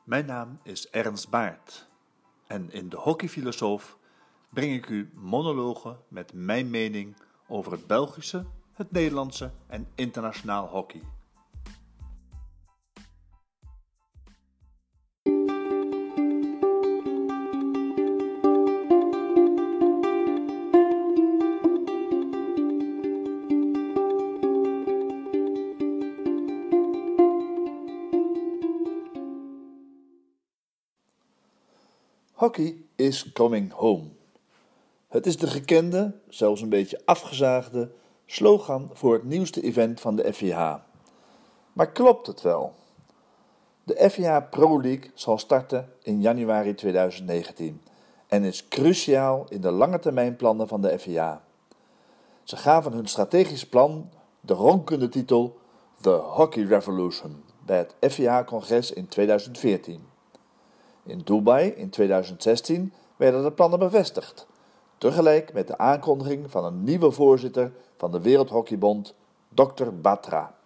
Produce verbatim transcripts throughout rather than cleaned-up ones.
Mijn naam is Ernst Baert en in De Hockeyfilosoof breng ik u monologen met mijn mening over het Belgische, het Nederlandse en internationaal hockey. Hockey is coming home. Het is de gekende, zelfs een beetje afgezaagde, slogan voor het nieuwste event van de F I H. Maar klopt het wel? De F I H Pro League zal starten in januari tweeduizend negentien en is cruciaal in de langetermijnplannen van de F I H. Ze gaven hun strategisch plan de ronkende titel The Hockey Revolution bij het F I H-congres in tweeduizend veertien. In Dubai in tweeduizend zestien werden de plannen bevestigd, tegelijk met de aankondiging van een nieuwe voorzitter van de Wereldhockeybond, dokter Batra.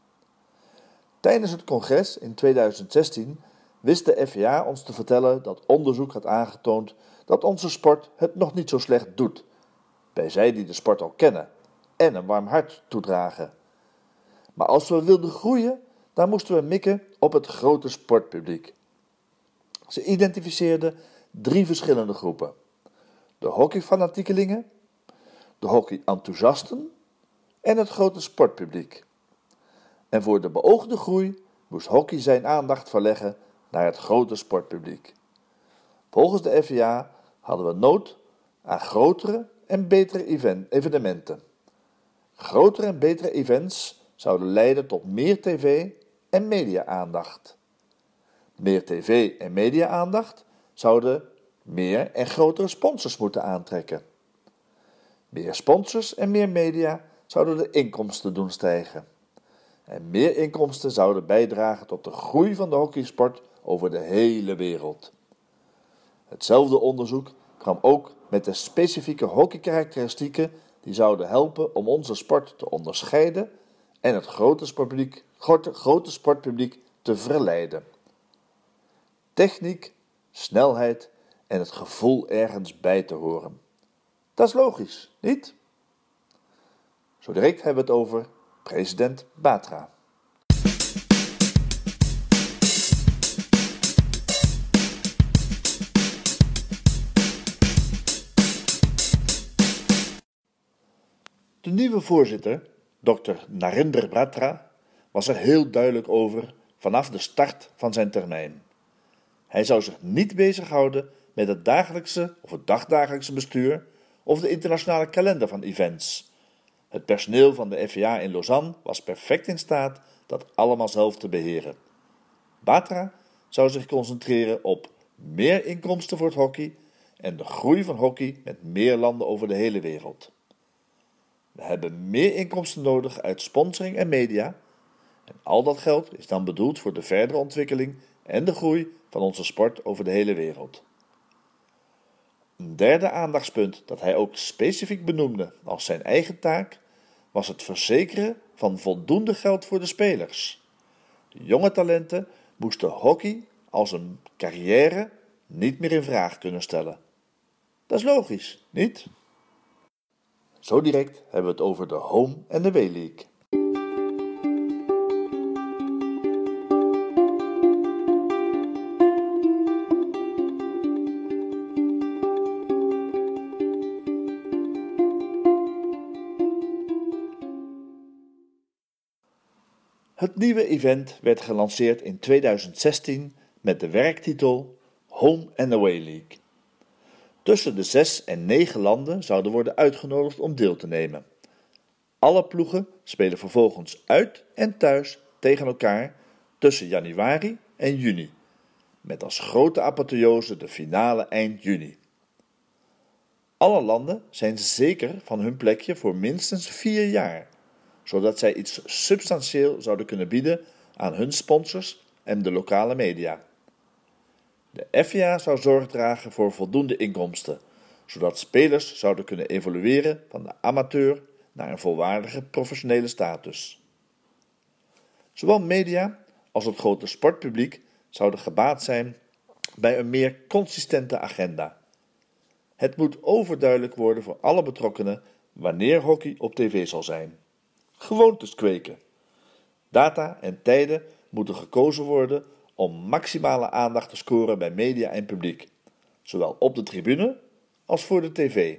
Tijdens het congres in tweeduizend zestien wist de F I H ons te vertellen dat onderzoek had aangetoond dat onze sport het nog niet zo slecht doet, bij zij die de sport al kennen en een warm hart toedragen. Maar als we wilden groeien, dan moesten we mikken op het grote sportpubliek. Ze identificeerden drie verschillende groepen: de hockeyfanatiekelingen, de hockey-enthousiasten en het grote sportpubliek. En voor de beoogde groei moest hockey zijn aandacht verleggen naar het grote sportpubliek. Volgens de F I H hadden we nood aan grotere en betere event- evenementen. Grotere en betere events zouden leiden tot meer tv- en media-aandacht. Meer tv- en media-aandacht zouden meer en grotere sponsors moeten aantrekken. Meer sponsors en meer media zouden de inkomsten doen stijgen. En meer inkomsten zouden bijdragen tot de groei van de hockeysport over de hele wereld. Hetzelfde onderzoek kwam ook met de specifieke hockeykarakteristieken die zouden helpen om onze sport te onderscheiden en het grote sportpubliek, grote, grote sportpubliek te verleiden. Techniek, snelheid en het gevoel ergens bij te horen. Dat is logisch, niet? Zo direct hebben we het over president Batra. De nieuwe voorzitter, dokter Narendra Batra, was er heel duidelijk over vanaf de start van zijn termijn. Hij zou zich niet bezighouden met het dagelijkse of het dagdagelijkse bestuur of de internationale kalender van events. Het personeel van de F I H in Lausanne was perfect in staat dat allemaal zelf te beheren. Batra zou zich concentreren op meer inkomsten voor het hockey en de groei van hockey met meer landen over de hele wereld. We hebben meer inkomsten nodig uit sponsoring en media en al dat geld is dan bedoeld voor de verdere ontwikkeling en de groei van onze sport over de hele wereld. Een derde aandachtspunt dat hij ook specifiek benoemde als zijn eigen taak was het verzekeren van voldoende geld voor de spelers. De jonge talenten moesten hockey als een carrière niet meer in vraag kunnen stellen. Dat is logisch, niet? Zo direct hebben we het over de Home en de Away League. Het nieuwe event werd gelanceerd in tweeduizend zestien met de werktitel Home and Away League. Tussen de zes en negen landen zouden worden uitgenodigd om deel te nemen. Alle ploegen spelen vervolgens uit en thuis tegen elkaar tussen januari en juni, met als grote apotheose de finale eind juni. Alle landen zijn zeker van hun plekje voor minstens vier jaar, zodat zij iets substantieel zouden kunnen bieden aan hun sponsors en de lokale media. De F I H zou zorg dragen voor voldoende inkomsten, zodat spelers zouden kunnen evolueren van de amateur naar een volwaardige professionele status. Zowel media als het grote sportpubliek zouden gebaat zijn bij een meer consistente agenda. Het moet overduidelijk worden voor alle betrokkenen wanneer hockey op tv zal zijn. Gewoontes kweken. Data en tijden moeten gekozen worden om maximale aandacht te scoren bij media en publiek, zowel op de tribune als voor de tv.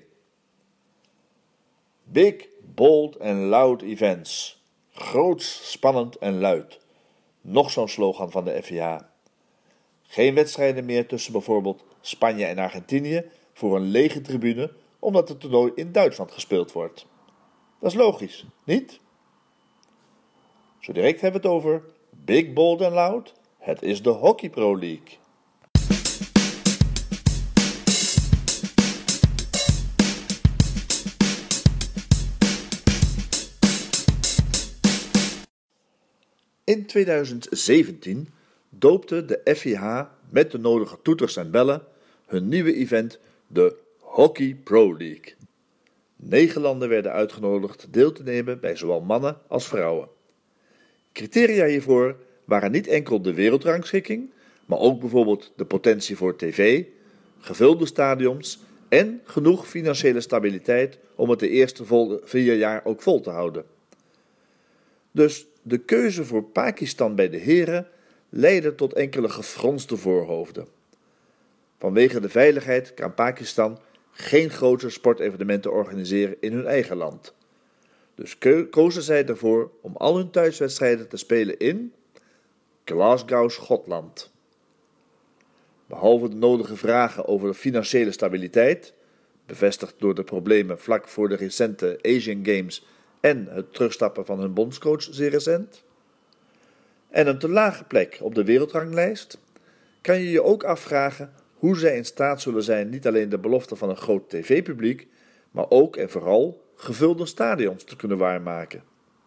Big, bold en loud events. Groots, spannend en luid. Nog zo'n slogan van de F I H. Geen wedstrijden meer tussen bijvoorbeeld Spanje en Argentinië voor een lege tribune, omdat het toernooi in Duitsland gespeeld wordt. Dat is logisch, niet? Zo direct hebben we het over Big, Bold en Loud. Het is de Hockey Pro League. In tweeduizend zeventien doopte de F I H met de nodige toeters en bellen hun nieuwe event, de Hockey Pro League. Negen landen werden uitgenodigd deel te nemen bij zowel mannen als vrouwen. Criteria hiervoor waren niet enkel de wereldrangschikking, maar ook bijvoorbeeld de potentie voor tv, gevulde stadions en genoeg financiële stabiliteit om het de eerste vol- vier jaar ook vol te houden. Dus de keuze voor Pakistan bij de heren leidde tot enkele gefronste voorhoofden. Vanwege de veiligheid kan Pakistan geen grote sportevenementen organiseren in hun eigen land. Dus kozen zij ervoor om al hun thuiswedstrijden te spelen in Glasgow, Schotland. Behalve de nodige vragen over de financiële stabiliteit, bevestigd door de problemen vlak voor de recente Asian Games en het terugstappen van hun bondscoach zeer recent, en een te lage plek op de wereldranglijst, kan je je ook afvragen hoe zij in staat zullen zijn niet alleen de belofte van een groot tv-publiek, maar ook en vooral gevulde stadions te kunnen waarmaken.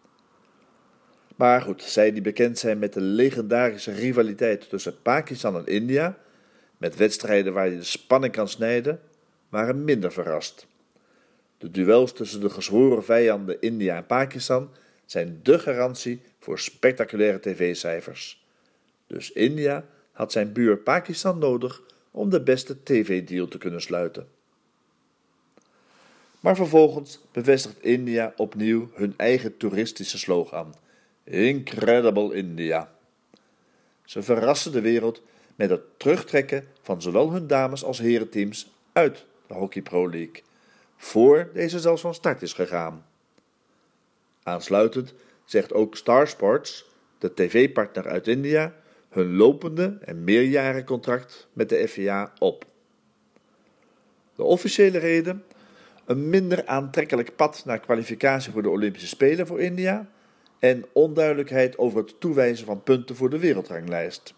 Maar goed, zij die bekend zijn met de legendarische rivaliteit tussen Pakistan en India, met wedstrijden waar je de spanning kan snijden, waren minder verrast. De duels tussen de gezworen vijanden India en Pakistan zijn dé garantie voor spectaculaire tv-cijfers. Dus India had zijn buur Pakistan nodig om de beste tv-deal te kunnen sluiten. Maar vervolgens bevestigt India opnieuw hun eigen toeristische slogan: Incredible India. Ze verrassen de wereld met het terugtrekken van zowel hun dames- als herenteams uit de Hockey Pro League, voor deze zelfs van start is gegaan. Aansluitend zegt ook Star Sports, de tv-partner uit India, hun lopende en meerjarencontract met de F I H op. De officiële reden: een minder aantrekkelijk pad naar kwalificatie voor de Olympische Spelen voor India en onduidelijkheid over het toewijzen van punten voor de wereldranglijst.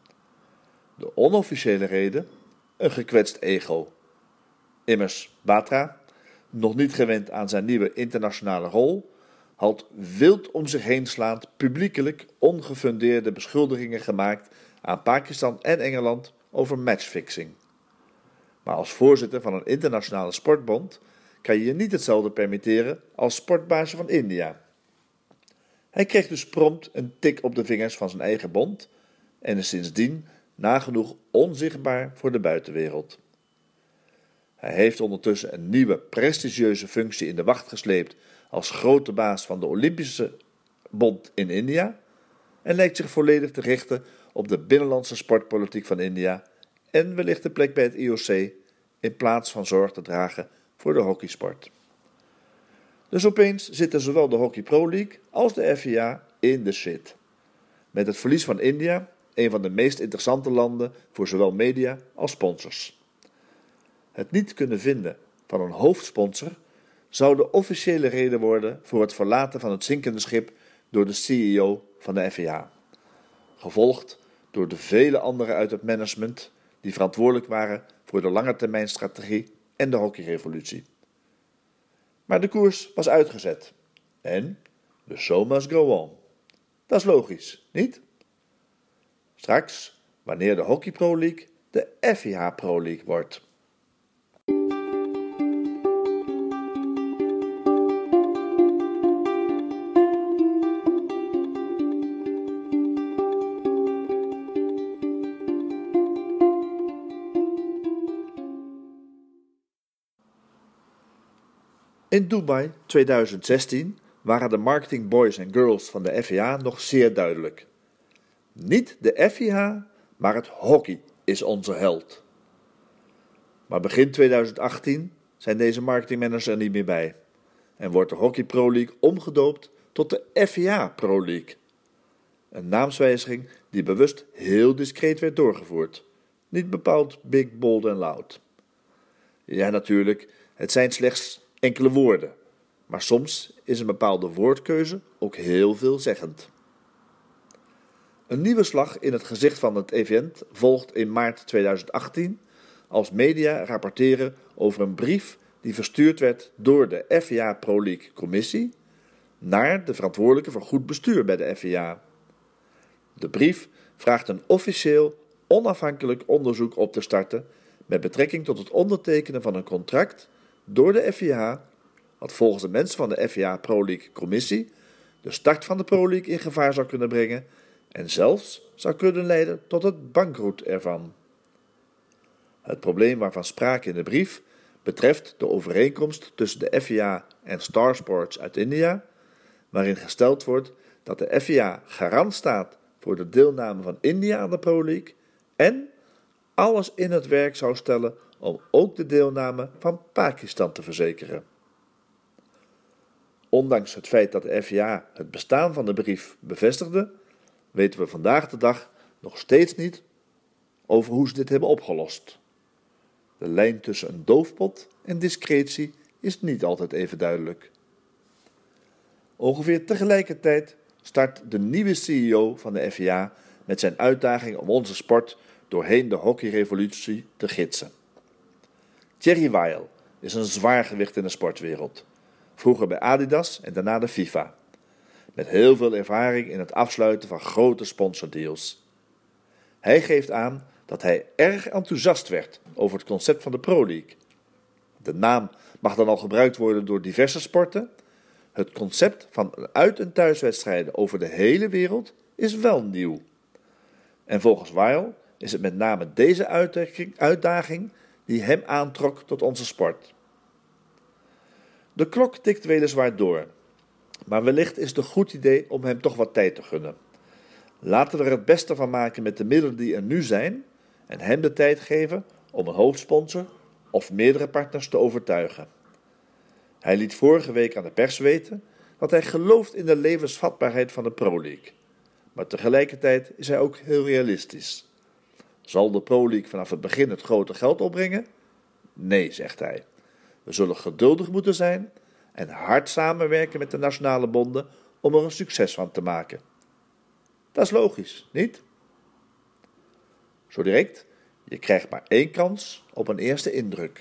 De onofficiële reden: een gekwetst ego. Immers, Batra, nog niet gewend aan zijn nieuwe internationale rol, had wild om zich heen slaand publiekelijk ongefundeerde beschuldigingen gemaakt aan Pakistan en Engeland over matchfixing. Maar als voorzitter van een internationale sportbond kan je je niet hetzelfde permitteren als sportbaasje van India. Hij kreeg dus prompt een tik op de vingers van zijn eigen bond en is sindsdien nagenoeg onzichtbaar voor de buitenwereld. Hij heeft ondertussen een nieuwe prestigieuze functie in de wacht gesleept als grote baas van de Olympische Bond in India en lijkt zich volledig te richten op de binnenlandse sportpolitiek van India en wellicht de plek bij het I O C in plaats van zorg te dragen voor de hockeysport. Dus opeens zitten zowel de Hockey Pro League als de F I H in de shit. Met het verlies van India, een van de meest interessante landen voor zowel media als sponsors. Het niet kunnen vinden van een hoofdsponsor zou de officiële reden worden voor het verlaten van het zinkende schip door de C E O van de F I H. Gevolgd door de vele anderen uit het management die verantwoordelijk waren voor de langetermijnstrategie en de hockeyrevolutie. Maar de koers was uitgezet en the show must go on. Dat is logisch, niet? Straks, wanneer de Hockey Pro League de F I H Pro League wordt. In Dubai tweeduizend zestien waren de marketing boys en girls van de F I H nog zeer duidelijk. Niet de F I H, maar het hockey is onze held. Maar begin tweeduizend achttien zijn deze marketingmanagers er niet meer bij en wordt de Hockey Pro League omgedoopt tot de F I H Pro League. Een naamswijziging die bewust heel discreet werd doorgevoerd. Niet bepaald big, bold en loud. Ja, natuurlijk, het zijn slechts enkele woorden. Maar soms is een bepaalde woordkeuze ook heel veelzeggend. Een nieuwe slag in het gezicht van het event volgt in maart tweeduizend achttien... als media rapporteren over een brief die verstuurd werd door de F I H Pro League Commissie naar de verantwoordelijke voor goed bestuur bij de F I H. De brief vraagt een officieel, onafhankelijk onderzoek op te starten met betrekking tot het ondertekenen van een contract door de F I H, wat volgens de mensen van de F I H Pro League Commissie de start van de Pro League in gevaar zou kunnen brengen en zelfs zou kunnen leiden tot het bankroet ervan. Het probleem waarvan sprake in de brief betreft de overeenkomst tussen de F I H en Star Sports uit India, waarin gesteld wordt dat de F I H garant staat voor de deelname van India aan de Pro League en alles in het werk zou stellen om ook de deelname van Pakistan te verzekeren. Ondanks het feit dat de F I H het bestaan van de brief bevestigde, weten we vandaag de dag nog steeds niet over hoe ze dit hebben opgelost. De lijn tussen een doofpot en discretie is niet altijd even duidelijk. Ongeveer tegelijkertijd start de nieuwe C E O van de F I H met zijn uitdaging om onze sport doorheen de hockeyrevolutie te gidsen. Thierry Weil is een zwaargewicht in de sportwereld. Vroeger bij Adidas en daarna de FIFA. Met heel veel ervaring in het afsluiten van grote sponsordeals. Hij geeft aan dat hij erg enthousiast werd over het concept van de Pro League. De naam mag dan al gebruikt worden door diverse sporten. Het concept van uit- en thuiswedstrijden over de hele wereld is wel nieuw. En volgens Weil is het met name deze uitdaging die hem aantrok tot onze sport. De klok tikt weliswaar door, maar wellicht is het een goed idee om hem toch wat tijd te gunnen. Laten we er het beste van maken met de middelen die er nu zijn en hem de tijd geven om een hoofdsponsor of meerdere partners te overtuigen. Hij liet vorige week aan de pers weten dat hij gelooft in de levensvatbaarheid van de Pro League. Maar tegelijkertijd is hij ook heel realistisch. Zal de Pro League vanaf het begin het grote geld opbrengen? Nee, zegt hij. We zullen geduldig moeten zijn en hard samenwerken met de nationale bonden om er een succes van te maken. Dat is logisch, niet? Zo direct, je krijgt maar één kans op een eerste indruk.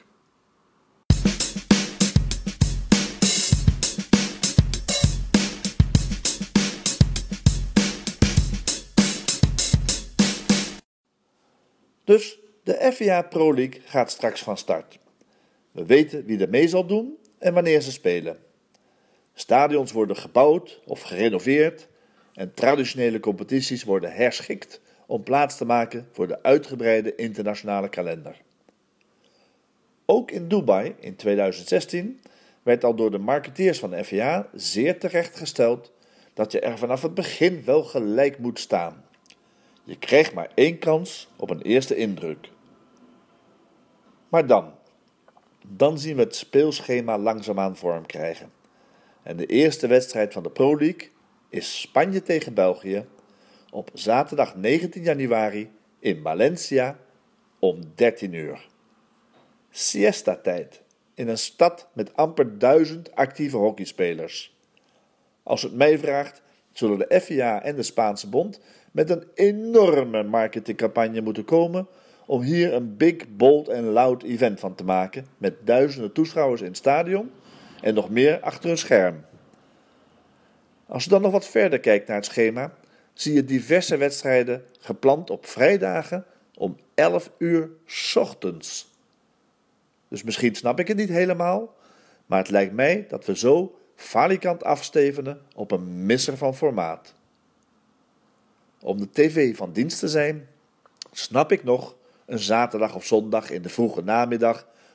Dus de F I H Pro League gaat straks van start. We weten wie er mee zal doen en wanneer ze spelen. Stadions worden gebouwd of gerenoveerd en traditionele competities worden herschikt om plaats te maken voor de uitgebreide internationale kalender. Ook in Dubai in tweeduizend zestien werd al door de marketeers van de F I H zeer terecht gesteld dat je er vanaf het begin wel gelijk moet staan. Je krijgt maar één kans op een eerste indruk. Maar dan, dan zien we het speelschema langzaamaan vorm krijgen. En de eerste wedstrijd van de Pro League is Spanje tegen België op zaterdag negentien januari in Valencia om dertien uur. Siesta-tijd in een stad met amper duizend actieve hockeyspelers. Als het mij vraagt, zullen de F I H en de Spaanse bond met een enorme marketingcampagne moeten komen om hier een big, bold en loud event van te maken met duizenden toeschouwers in het stadion en nog meer achter een scherm. Als je dan nog wat verder kijkt naar het schema, zie je diverse wedstrijden gepland op vrijdagen om elf uur 's ochtends. Dus misschien snap ik het niet helemaal, maar het lijkt mij dat we zo falikant afstevenen op een misser van formaat. Om de tv van dienst te zijn, snap ik nog een zaterdag of zondag in de vroege namiddag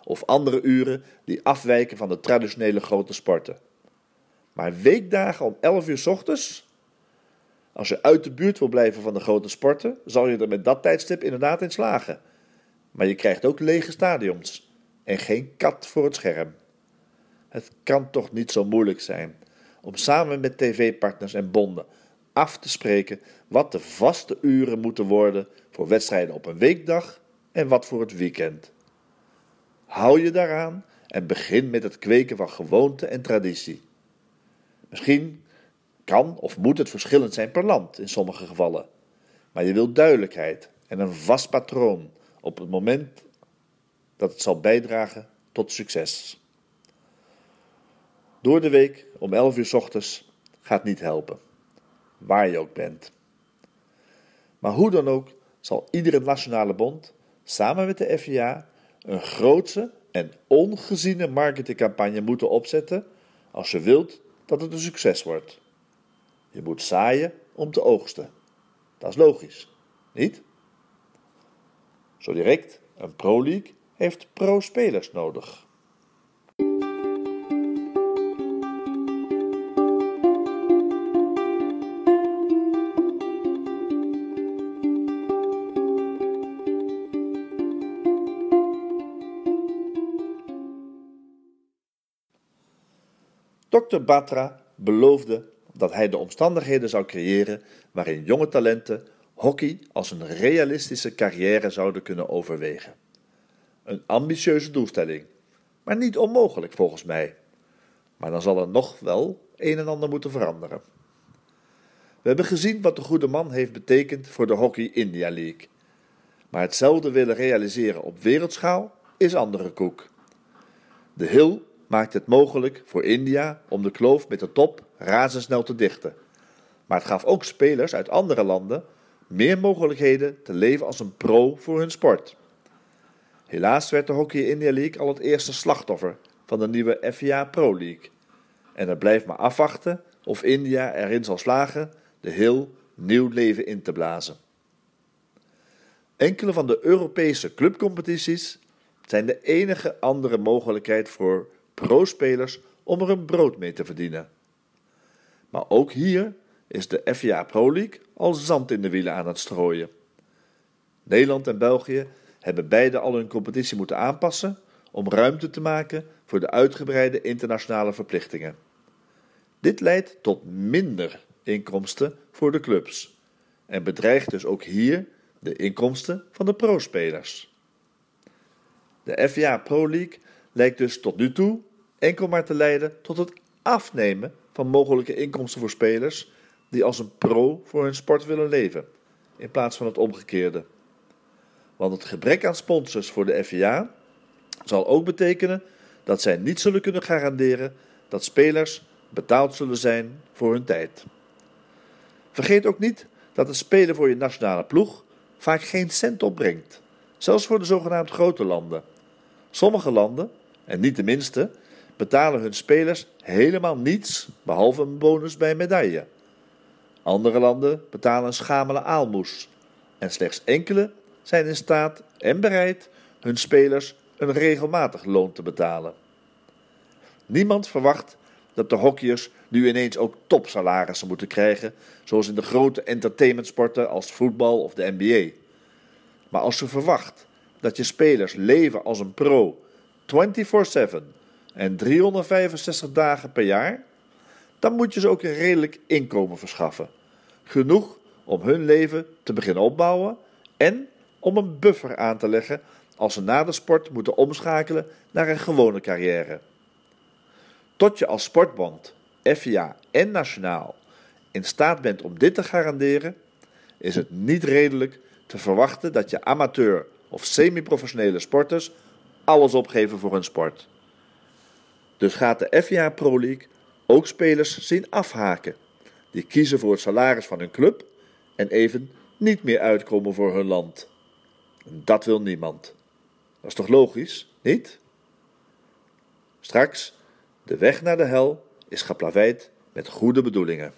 of andere uren die afwijken van de traditionele grote sporten. Maar weekdagen om elf uur 's ochtends? Als je uit de buurt wil blijven van de grote sporten, zal je er met dat tijdstip inderdaad in slagen. Maar je krijgt ook lege stadions en geen kat voor het scherm. Het kan toch niet zo moeilijk zijn om samen met tv-partners en bonden af te spreken wat de vaste uren moeten worden voor wedstrijden op een weekdag en wat voor het weekend. Hou je daaraan en begin met het kweken van gewoonte en traditie. Misschien kan of moet het verschillend zijn per land in sommige gevallen, maar je wilt duidelijkheid en een vast patroon op het moment dat het zal bijdragen tot succes. Door de week om elf uur 's ochtends gaat niet helpen, waar je ook bent. Maar hoe dan ook zal iedere nationale bond samen met de F I A een grootse en ongeziene marketingcampagne moeten opzetten als je wilt dat het een succes wordt. Je moet zaaien om te oogsten. Dat is logisch, niet? Zo direct, een Pro-League heeft pro-spelers nodig. dokter Batra beloofde dat hij de omstandigheden zou creëren waarin jonge talenten hockey als een realistische carrière zouden kunnen overwegen. Een ambitieuze doelstelling, maar niet onmogelijk volgens mij. Maar dan zal er nog wel een en ander moeten veranderen. We hebben gezien wat de goede man heeft betekend voor de Hockey India League. Maar hetzelfde willen realiseren op wereldschaal is andere koek. De Hill maakt het mogelijk voor India om de kloof met de top razendsnel te dichten. Maar het gaf ook spelers uit andere landen meer mogelijkheden te leven als een pro voor hun sport. Helaas werd de Hockey India League al het eerste slachtoffer van de nieuwe F I A Pro League. En er blijft maar afwachten of India erin zal slagen de Hill nieuw leven in te blazen. Enkele van de Europese clubcompetities zijn de enige andere mogelijkheid voor pro-spelers om er een brood mee te verdienen. Maar ook hier is de F I A Pro League al zand in de wielen aan het strooien. Nederland en België hebben beide al hun competitie moeten aanpassen om ruimte te maken voor de uitgebreide internationale verplichtingen. Dit leidt tot minder inkomsten voor de clubs en bedreigt dus ook hier de inkomsten van de pro-spelers. De F I A Pro League lijkt dus tot nu toe enkel maar te leiden tot het afnemen van mogelijke inkomsten voor spelers die als een pro voor hun sport willen leven, in plaats van het omgekeerde. Want het gebrek aan sponsors voor de F I A zal ook betekenen dat zij niet zullen kunnen garanderen dat spelers betaald zullen zijn voor hun tijd. Vergeet ook niet dat het spelen voor je nationale ploeg vaak geen cent opbrengt, zelfs voor de zogenaamd grote landen. Sommige landen, en niet de minste, betalen hun spelers helemaal niets behalve een bonus bij een medaille. Andere landen betalen een schamele aalmoes en slechts enkele zijn in staat en bereid hun spelers een regelmatig loon te betalen. Niemand verwacht dat de hockeyers nu ineens ook topsalarissen moeten krijgen, zoals in de grote entertainmentsporten als voetbal of de N B A. Maar als je verwacht dat je spelers leven als een pro vierentwintig zeven en driehonderdvijfenzestig dagen per jaar, dan moet je ze ook een redelijk inkomen verschaffen. Genoeg om hun leven te beginnen opbouwen en om een buffer aan te leggen als ze na de sport moeten omschakelen naar een gewone carrière. Tot je als sportbond, F I A en nationaal in staat bent om dit te garanderen, is het niet redelijk te verwachten dat je amateur of semi-professionele sporters alles opgeven voor hun sport. Dus gaat de F I A Pro League ook spelers zien afhaken, die kiezen voor het salaris van hun club en even niet meer uitkomen voor hun land. Dat wil niemand. Dat is toch logisch, niet? Straks, de weg naar de hel is geplaveid met goede bedoelingen.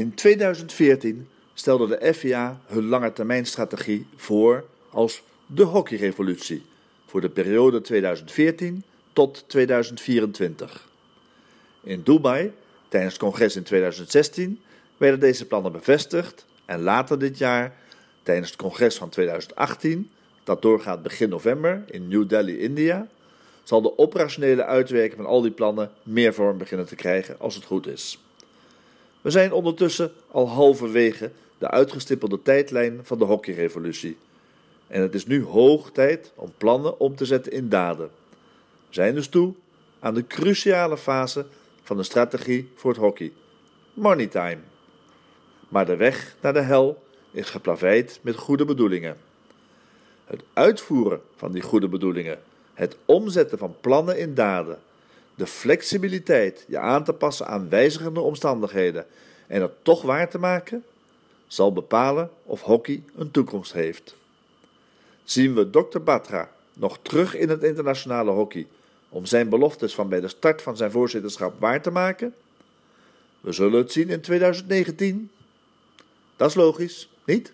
In tweeduizend veertien stelde de F I A hun langetermijnstrategie voor als de hockeyrevolutie voor de periode tweeduizend veertien tot tweeduizend vierentwintig. In Dubai, tijdens het congres in tweeduizend zestien, werden deze plannen bevestigd en later dit jaar, tijdens het congres van tweeduizend achttien, dat doorgaat begin november in New Delhi, India, zal de operationele uitwerking van al die plannen meer vorm beginnen te krijgen als het goed is. We zijn ondertussen al halverwege de uitgestippelde tijdlijn van de hockeyrevolutie. En het is nu hoog tijd om plannen om te zetten in daden. We zijn dus toe aan de cruciale fase van de strategie voor het hockey. Money time. Maar de weg naar de hel is geplaveid met goede bedoelingen. Het uitvoeren van die goede bedoelingen, het omzetten van plannen in daden, de flexibiliteit je aan te passen aan wijzigende omstandigheden en het toch waar te maken, zal bepalen of hockey een toekomst heeft. Zien we dokter Batra nog terug in het internationale hockey om zijn beloftes van bij de start van zijn voorzitterschap waar te maken? We zullen het zien in tweeduizend negentien. Dat is logisch, niet?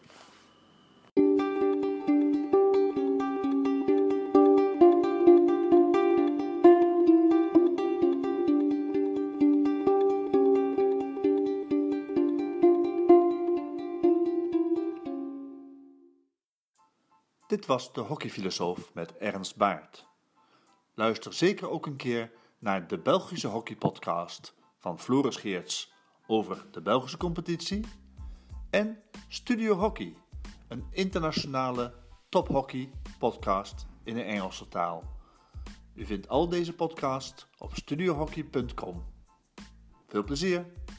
Dit was de hockeyfilosoof met Ernst Baert. Luister zeker ook een keer naar de Belgische hockeypodcast van Floris Geerts over de Belgische competitie en Studio Hockey, een internationale tophockey podcast in de Engelse taal. U vindt al deze podcasts op studio hockey punt com. Veel plezier!